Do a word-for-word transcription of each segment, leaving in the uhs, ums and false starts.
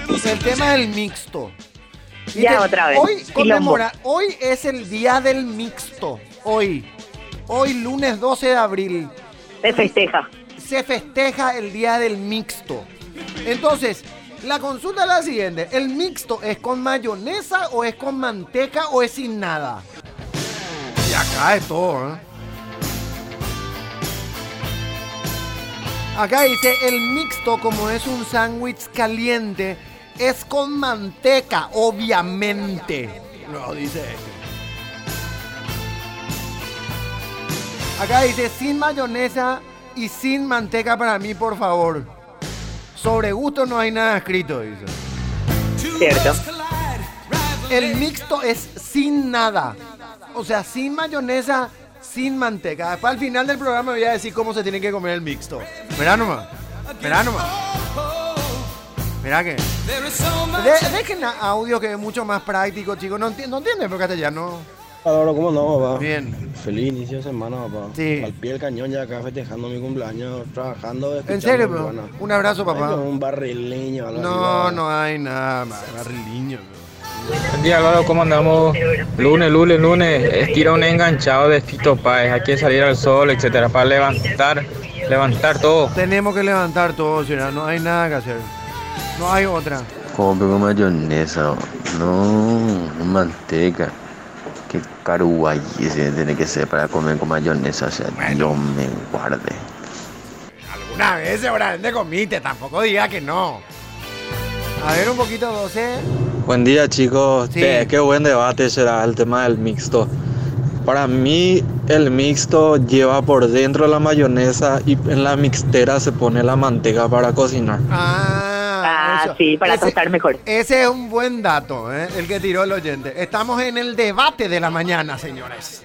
El tema del mixto. Ya ¿Viste? otra vez. Hoy, conmemora, Quilombo. hoy es el día del mixto. Hoy. Hoy, lunes doce de abril. Se festeja. Se festeja el día del mixto. Entonces, la consulta es la siguiente. ¿El mixto es con mayonesa o es con manteca o es sin nada? Y acá es todo, ¿eh? Acá dice, el mixto, como es un sándwich caliente, es con manteca, obviamente. No, dice este. Acá dice, sin mayonesa y sin manteca para mí, por favor. Sobre gusto no hay nada escrito, dice. Cierto. El mixto es sin nada. O sea, sin mayonesa, sin manteca. Después al final del programa voy a decir cómo se tiene que comer el mixto. Mirá nomás. Mirá nomás. Mirá que... De, dejen a audio que es mucho más práctico, chicos. No, enti no entienden por castellano. Ahora, ¿cómo no, papá? Bien. Feliz inicio de semana, papá. Sí. Al pie del cañón ya acá festejando mi cumpleaños, trabajando. ¿En serio, bro? Un abrazo, papá. Un barrileño. Algo No, así, no hay nada más. Barriliño, bro. Buen día, Álvaro, ¿cómo andamos? Lunes, lunes, lunes, estira un enganchado de Fito Páez, hay que salir al sol, etcétera, para levantar, levantar todo. Tenemos que levantar todo, señora, no hay nada que hacer. No hay otra. Compre con mayonesa, no, manteca. Qué caruay ese tiene que ser para comer con mayonesa, o sea, Dios me guarde. Alguna vez seguramente comiste, tampoco diga que no. A ver un poquito, doce. Buen día, chicos. Sí. Qué, qué buen debate será el tema del mixto. Para mí, el mixto lleva por dentro la mayonesa y en la mixtera se pone la manteca para cocinar. Ah, Ah, eso. sí, para Ese- tostar mejor. Ese es un buen dato, ¿eh? El que tiró el oyente. Estamos en el debate de la mañana, señores.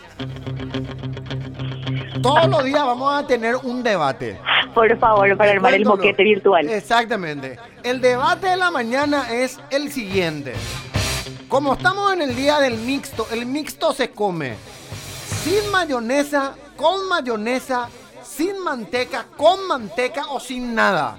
Todos los días vamos a tener un debate. Por favor, para armar el Cuéntalo. boquete virtual. Exactamente. El debate de la mañana es el siguiente. Como estamos en el día del mixto, el mixto se come sin mayonesa, con mayonesa, sin manteca, con manteca o sin nada.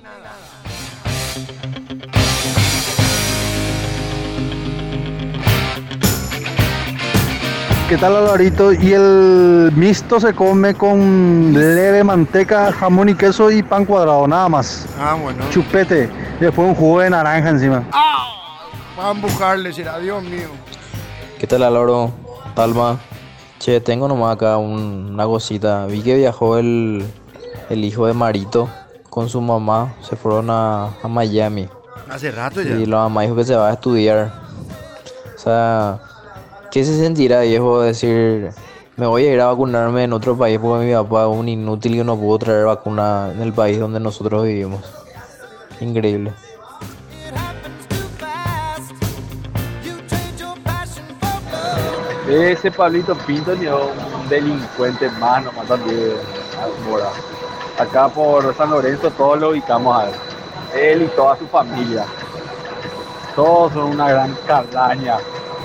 ¿Qué tal, Alvarito? Y el mixto se come con leve manteca, jamón y queso y pan cuadrado, nada más. Ah, bueno. Chupete. Y después un jugo de naranja encima. Vamos a empujarle, será, Dios mío. ¿Qué tal, Álvaro? Talma. Che, tengo nomás acá un- una cosita. Vi que viajó el, el hijo de Marito con su mamá. Se fueron a, a Miami. Hace rato ya. Y la mamá dijo que se va a estudiar. O sea, ¿qué se sentirá, viejo, decir, me voy a ir a vacunarme en otro país porque mi papá es un inútil y no pudo traer vacuna en el país donde nosotros vivimos? Increíble. Ese Pablito Pinto ni un delincuente más, nomás también ahora. Acá por San Lorenzo todos lo ubicamos a él. Él y toda su familia. Todos son una gran calaña.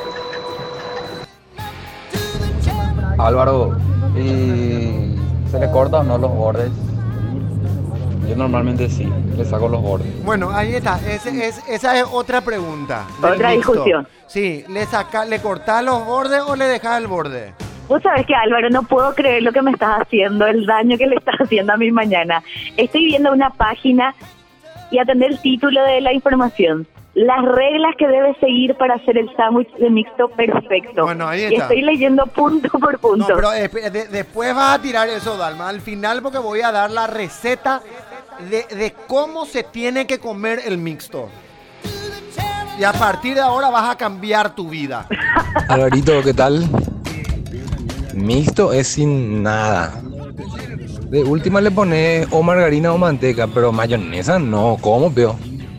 Álvaro, ¿y se le corta o no los bordes? Yo normalmente sí, le saco los bordes. Bueno, ahí está. Ese, es, esa es otra pregunta. del Otra mixto. discusión. Sí, ¿le saca, le cortás los bordes o le dejás el borde? Vos sabés que, Álvaro, no puedo creer lo que me estás haciendo, el daño que le estás haciendo a mi mañana. Estoy viendo una página y atender el título de la información. Las reglas que debes seguir para hacer el sándwich de mixto perfecto. Bueno, ahí Y está. estoy leyendo punto por No, punto. pero esp- de- después vas a tirar eso, Dalma. Al final, porque voy a dar la receta de, de cómo se tiene que comer el mixto. Y a partir de ahora vas a cambiar tu vida. Alvarito, ¿qué tal? Mixto es sin nada. De última le pones o margarina o manteca, pero mayonesa no, ¿cómo, peo?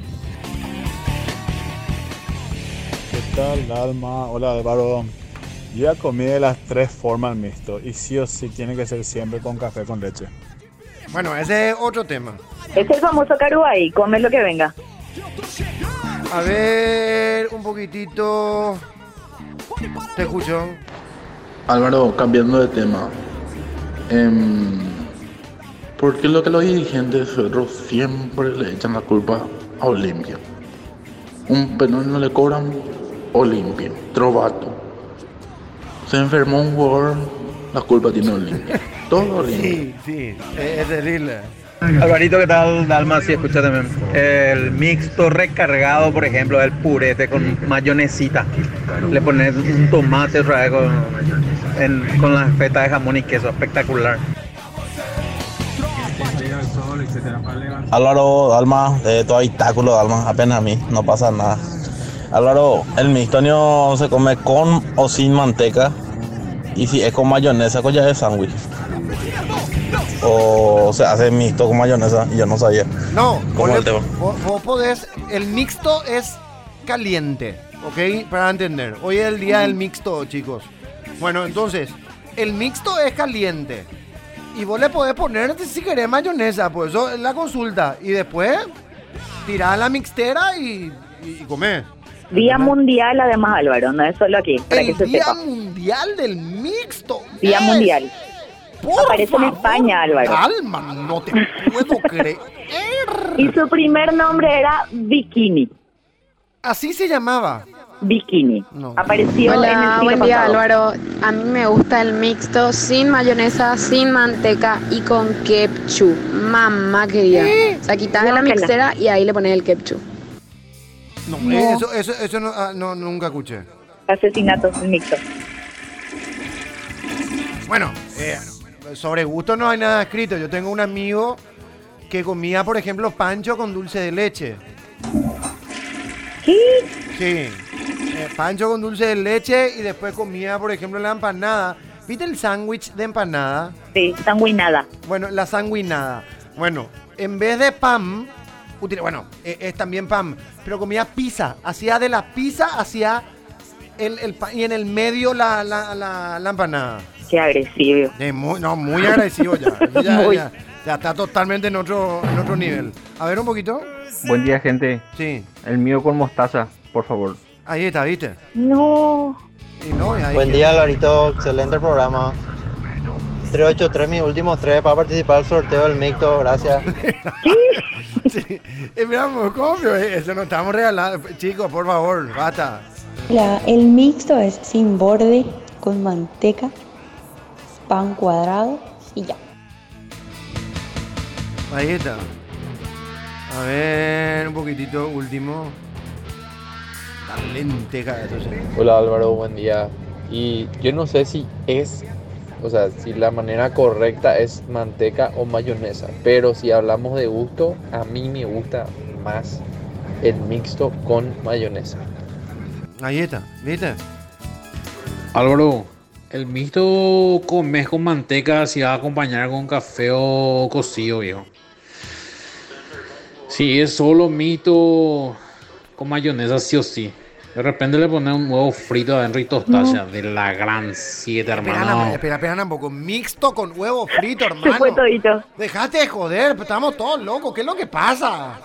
¿Qué tal, Dalma? Hola, Álvaro. Yo ya comí de las tres formas mixto y sí o sí tiene que ser siempre con café con leche. Bueno, ese es otro tema. Es el famoso caruay, come lo que venga. A ver, un poquitito. Te escucho. Álvaro, cambiando de tema. em, ¿Por qué lo que los dirigentes de Cerro siempre le echan la culpa a Olimpia? un penal no le cobran, Olimpia, Trovato. Se enfermó un jugador, la culpa tiene Olimpia. Todo Olimpia. Sí, sí, es, es terrible. Alvarito, ¿qué tal? Dalma, sí, escúchame. El mixto recargado, por ejemplo, el purete con mayonesita. Le pones un tomate otra vez con, en, con las fetas de jamón y queso. Espectacular. Álvaro, Dalma, eh, todo habitáculo, Dalma, apenas a mí, no pasa nada. Álvaro, el mixtonio se come con o sin manteca. Y si es con mayonesa, pues ya es sándwich. O se hace mixto con mayonesa y yo no sabía. No, ¿Cómo vos, es el tema? vos, vos podés, el mixto es caliente, ¿ok? Para entender. Hoy es el día del mixto, chicos. Bueno, entonces, el mixto es caliente. Y vos le podés poner, si querés, mayonesa, pues eso es la consulta. Y después, tirás la mixtera y, y, y comés. Día mundial, además, Álvaro, no es solo aquí, para el que se día sepa. mundial del mixto. Día es. mundial. Por Aparece favor, en España, Álvaro. Alma, no te puedo creer. Y su primer nombre era Bikini. Así se llamaba. Bikini. No. Apareció Hola, en el siglo buen día, pasado. Álvaro. A mí me gusta el mixto sin mayonesa, sin manteca y con ketchup. Mamá querida. ¿Eh? O sea, quitas de la Guácala. mixtera y ahí le pones el ketchup. No, No. eso, eso, eso no, ah, no, nunca escuché. Asesinato mixto. Bueno, eh, sobre gusto no hay nada escrito. Yo tengo un amigo que comía, por ejemplo, pancho con dulce de leche. ¿Qué? Sí, eh, pancho con dulce de leche y después comía, por ejemplo, la empanada. ¿Viste el sándwich de empanada? Sí, sanguinada. Bueno, la sanguinada. Bueno, en vez de pan, util- bueno, eh, es también pan, pero comía pizza. Hacía de la pizza, hacía el, el pan y en el medio la, la, la, la empanada. Qué agresivo. Eh, muy, no, muy agresivo ya. Ya, Muy. ya, ya está totalmente en otro, en otro nivel. A ver un poquito. Buen día, gente. Sí. El mío con mostaza, por favor. Ahí está, ¿viste? No. Y no, y ahí Buen que- día, Alvarito, excelente programa. tres ocho tres, mis últimos tres para participar del sorteo del mixto, gracias. Sí. Eh, mira, ¿cómo? Eh, Eso no estamos regalando. Chicos, por favor, basta. La, el mixto es sin borde, con manteca, pan cuadrado y ya. Ahí está. A ver, un poquitito último. La lenteja de eso, sí. Hola Álvaro, buen día. Y yo no sé si es, o sea, si la manera correcta es manteca o mayonesa, pero si hablamos de gusto, a mí me gusta más el mixto con mayonesa. Ahí está, ¿viste? Álvaro, el mixto comes con manteca si vas a acompañar con café o cocido, viejo. Si es solo mixto con mayonesa, sí o sí. De repente le pones un huevo frito adentro y tostacha de la gran siete, Espera, hermano. espera, espera un poco. Mixto con huevo frito, Se hermano. fue todito. Dejate de joder, estamos todos locos. ¿Qué es lo que pasa?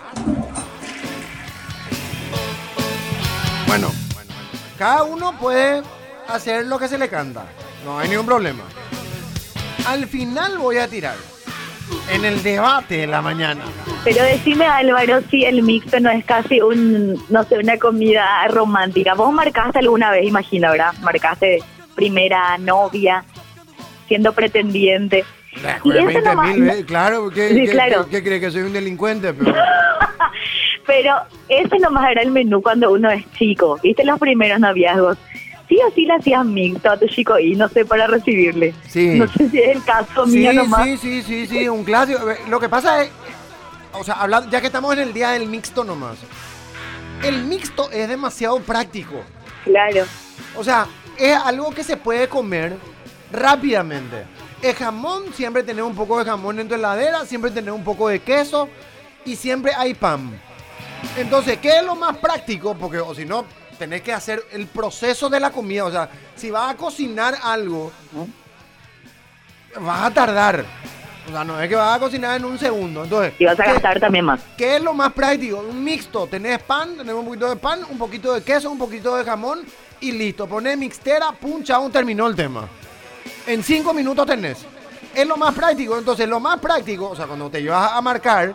Bueno, cada uno puede hacer lo que se le canta. No hay ningún problema. Al final voy a tirar en el debate de la mañana. Pero decime, Álvaro, si el mixto no es casi un, no sé, una comida romántica. Vos marcaste alguna vez, imagino, ¿verdad? Marcaste primera novia, siendo pretendiente. Y eso veinte nomás- mil veces, claro, ¿qué, Sí, qué- claro. qué- qué cree que soy un delincuente? Pero, Pero ese nomás era el menú cuando uno es chico. ¿Viste los primeros noviazgos? Sí o sí le hacías mixto a tu chico y no sé, para recibirle. Sí. No sé si es el caso sí, mío nomás. sí, sí, sí, sí, un clásico. Lo que pasa es, o sea, hablando, ya que estamos en el día del mixto nomás, el mixto es demasiado práctico. Claro. O sea, es algo que se puede comer rápidamente. El jamón, siempre tener un poco de jamón en tu heladera, siempre tener un poco de queso y siempre hay pan. Entonces, ¿qué es lo más práctico? Porque, o si no, tenés que hacer el proceso de la comida. O sea, si vas a cocinar algo, vas a tardar. O sea, no es que vas a cocinar en un segundo. Entonces, Y vas a ¿qué- gastar también más. ¿Qué es lo más práctico? Un mixto. Tenés pan, tenés un poquito de pan, un poquito de queso, un poquito de jamón y listo. Ponés mixtera, pum, chao, terminó el tema. En cinco minutos tenés. Es lo más práctico. Entonces, lo más práctico, o sea, cuando te llevas a marcar,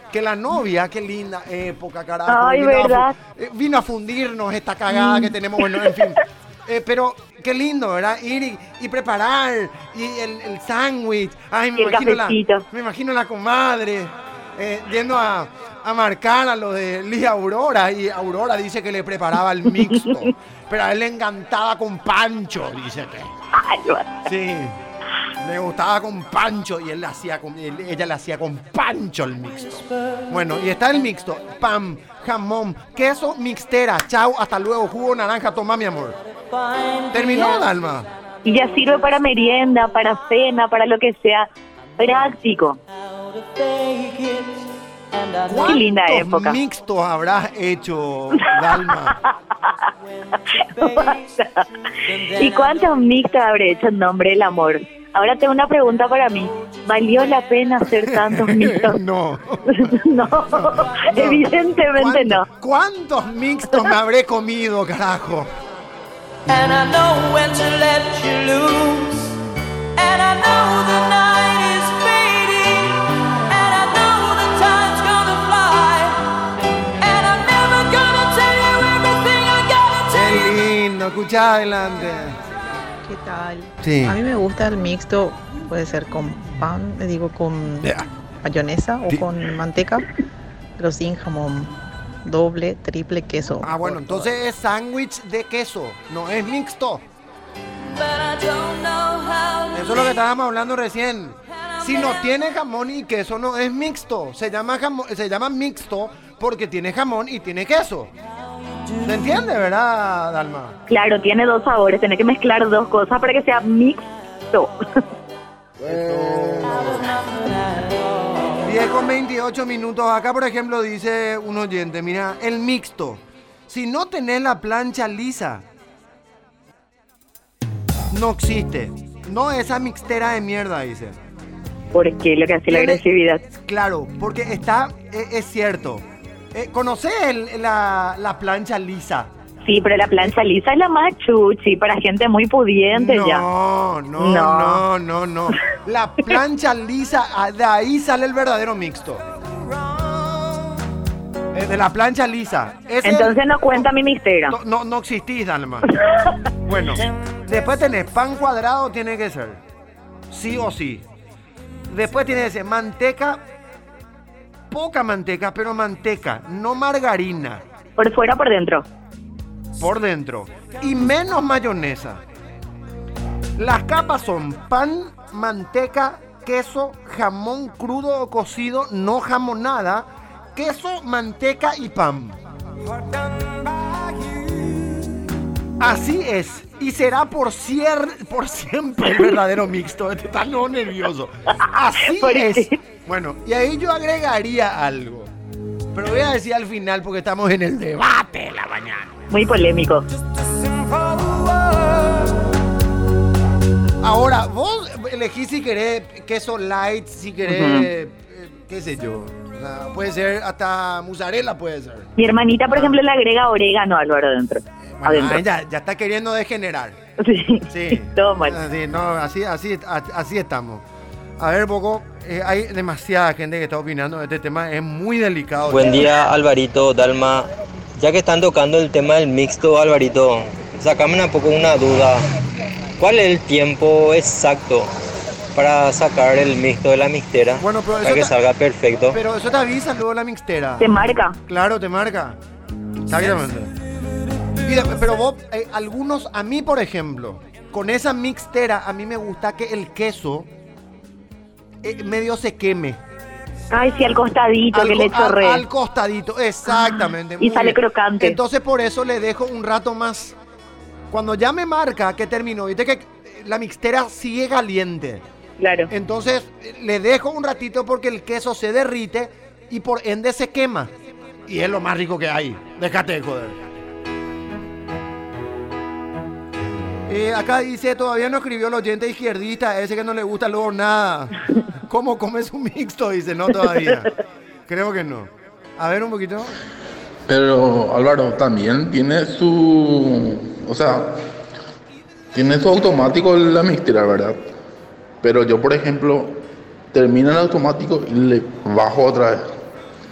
que la novia, qué linda época, carajo. Ay, vino, ¿verdad? A, fu- eh, vino a fundirnos esta cagada Mm. que tenemos, bueno, en fin. Eh, pero qué lindo, ¿verdad? Ir y, y preparar, y el, el sándwich. Ay, me Y el imagino, la, cafecito. me imagino la comadre eh, yendo a, a marcar a lo de Liz Aurora, y Aurora dice que le preparaba el mixto, pero a él le encantaba con pancho, dice que. Ay, Sí. Le gustaba con pancho y él le hacía con, él- ella le hacía con pancho el mixto. Bueno, y está el mixto. Pan, jamón, queso, mixtera. Chao, hasta luego. Jugo naranja, toma mi amor. ¿Terminó, Dalma? Y ya sirve para merienda, para cena, para lo que sea. Práctico. Qué linda época. Mixtos habrás hecho, Dalma? ¿Y cuántos mixtos habré hecho en nombre del amor? Ahora tengo una pregunta para mí. ¿Valió la pena hacer tantos mixtos? No. no, evidentemente no. ¿Cuántos mixtos me habré comido, carajo? And I know when to let you loose. And I know the night is fading. And I know the time's gonna fly. And I'm never gonna tell you everything I gotta tell you. Qué lindo, escucha adelante. ¿Qué tal? Sí. A mí me gusta el mixto, puede ser con pan, le digo con Yeah. mayonesa o Sí. con manteca, pero sin jamón. Doble, triple queso. Ah, bueno, entonces es sándwich de queso, no es mixto. Eso es lo que estábamos hablando recién. Si no tiene jamón y queso, no es mixto. Se llama, jamón, se llama mixto porque tiene jamón y tiene queso. ¿Se entiende, verdad, Dalma? Claro, tiene dos sabores. Tenés que mezclar dos cosas para que sea mixto. diez con veintiocho minutos. Acá, por ejemplo, dice un oyente, mira, el mixto. Si no tenés la plancha lisa, no existe. No esa mixtera de mierda, dice. ¿Por qué? Lo que hace la Tiene- agresividad. Claro, porque está, es, es cierto. Eh, ¿Conocés el- la, la plancha lisa? Sí, pero la plancha lisa es la más chuchi, para gente muy pudiente no, ya. No, no, no, no. La plancha lisa, ah, de ahí sale el verdadero mixto. Eh, de la plancha lisa. Ese- Entonces no cuenta mi mixtera. No, no, no existís, Dalma. Bueno, después tenés pan cuadrado, tiene que ser. Sí o sí. Después tiene que ser manteca, poca manteca, pero manteca, no margarina. Por fuera o por dentro. Por dentro. Y menos mayonesa. Las capas son pan, manteca, queso, jamón crudo o cocido, no jamonada, queso, manteca y pan. Así es. Y será por, cier- por siempre el verdadero mixto. Este está no nervioso. Así es. Bueno, y ahí yo agregaría algo. Pero voy a decir al final porque estamos en el debate de la mañana. Muy polémico. Ahora, vos elegís si querés queso light, si querés, Ujú. eh, qué sé yo. O sea, puede ser hasta mozzarella, puede ser. Mi hermanita, por ejemplo, le agrega orégano, Álvaro, adentro. Bueno, adentro. ahí ya, ya está queriendo degenerar. Sí, Sí. todo mal. Así, no, así, así, así estamos. A ver, Poco, eh, hay demasiada gente que está opinando de este tema, es muy delicado. Buen día, Alvarito, Dalma. Ya que están tocando el tema del mixto, Alvarito, sacame un poco una duda. ¿Cuál es el tiempo exacto para sacar el mixto de la mixtera? Bueno, pero para eso que ta- salga perfecto. Pero eso te avisa luego la mixtera. Te marca. Claro, te marca. Exactamente. Y de- pero vos, eh, algunos, a mí por ejemplo, con esa mixtera, a mí me gusta que el queso eh, medio se queme. Ay, sí, al costadito, Al que co- le chorre. Al, al costadito, exactamente. Y muy sale bien. crocante. Entonces por eso le dejo un rato más. Cuando ya me marca que terminó, viste que la mixtera sigue caliente. Claro. Entonces eh, le dejo un ratito porque el queso se derrite y por ende se quema. Y es lo más rico que hay. Déjate de joder. Eh, acá dice, todavía no escribió el oyente izquierdista, ese que no le gusta luego nada. ¿Cómo comes un mixto? Dice, no todavía. Creo que no. A ver un poquito. Pero Álvaro también tiene su, o sea, tiene su automático la mixtera, ¿verdad? Pero yo, por ejemplo, termino el automático y le bajo otra vez.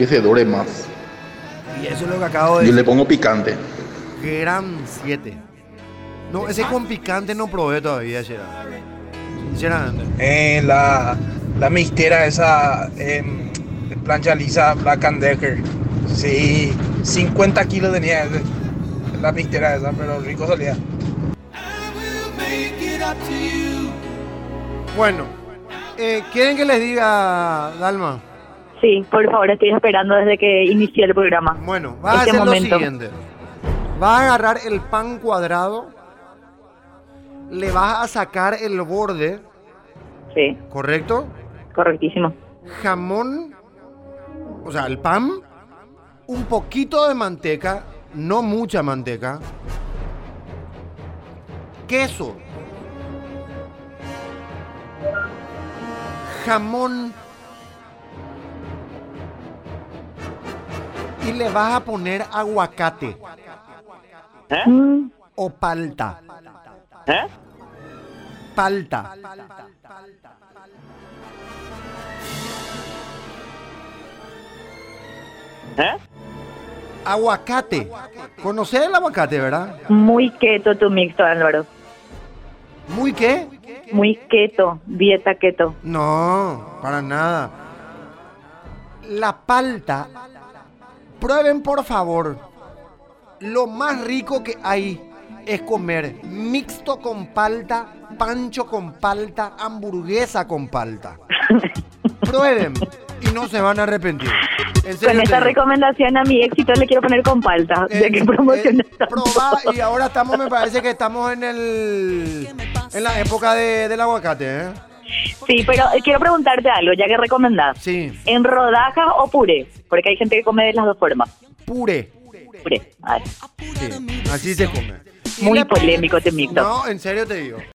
que se dore más. Y eso es lo que acabo de Yo le decir. pongo picante. Gran siete. No, ese con picante no probé todavía, Gerard. Sinceramente. Eh, la, la mixtera esa eh, de plancha lisa Black and Decker. Sí, cincuenta kilos tenía ese, la mixtera esa, pero rico salía. Bueno, eh, ¿quieren que les diga, Dalma? Sí, por favor, estoy esperando desde que inicié el programa. Bueno, vas a Este hacer momento. lo siguiente. Vas a agarrar el pan cuadrado, le vas a sacar el borde. Sí. ¿Correcto? Correctísimo. Jamón, o sea, el pan, un poquito de manteca, no mucha manteca, queso, jamón y le vas a poner aguacate. ¿Eh? O palta. ¿Eh? Palta. ¿Eh? Aguacate. ¿Conoces el aguacate, verdad? Muy keto tu mixto, Álvaro. ¿Muy qué? Muy keto, dieta keto. No, para nada. La palta. Prueben, por favor. Lo más rico que hay es comer mixto con palta, pancho con palta, hamburguesa con palta. Prueben y no se van a arrepentir. En serio Con te esta digo. recomendación a mi éxito le quiero poner con palta, ya que promocioné tanto. Probá, y ahora estamos, me parece que estamos en el en la época de, del aguacate, ¿eh? Sí, pero eh, quiero preguntarte algo, ya que recomendás. Sí. ¿En rodajas o puré? Porque hay gente que come de las dos formas. Puré. Puré. A ver. Sí, así se come. Y Muy le- polémico este mixto. No, en serio te digo.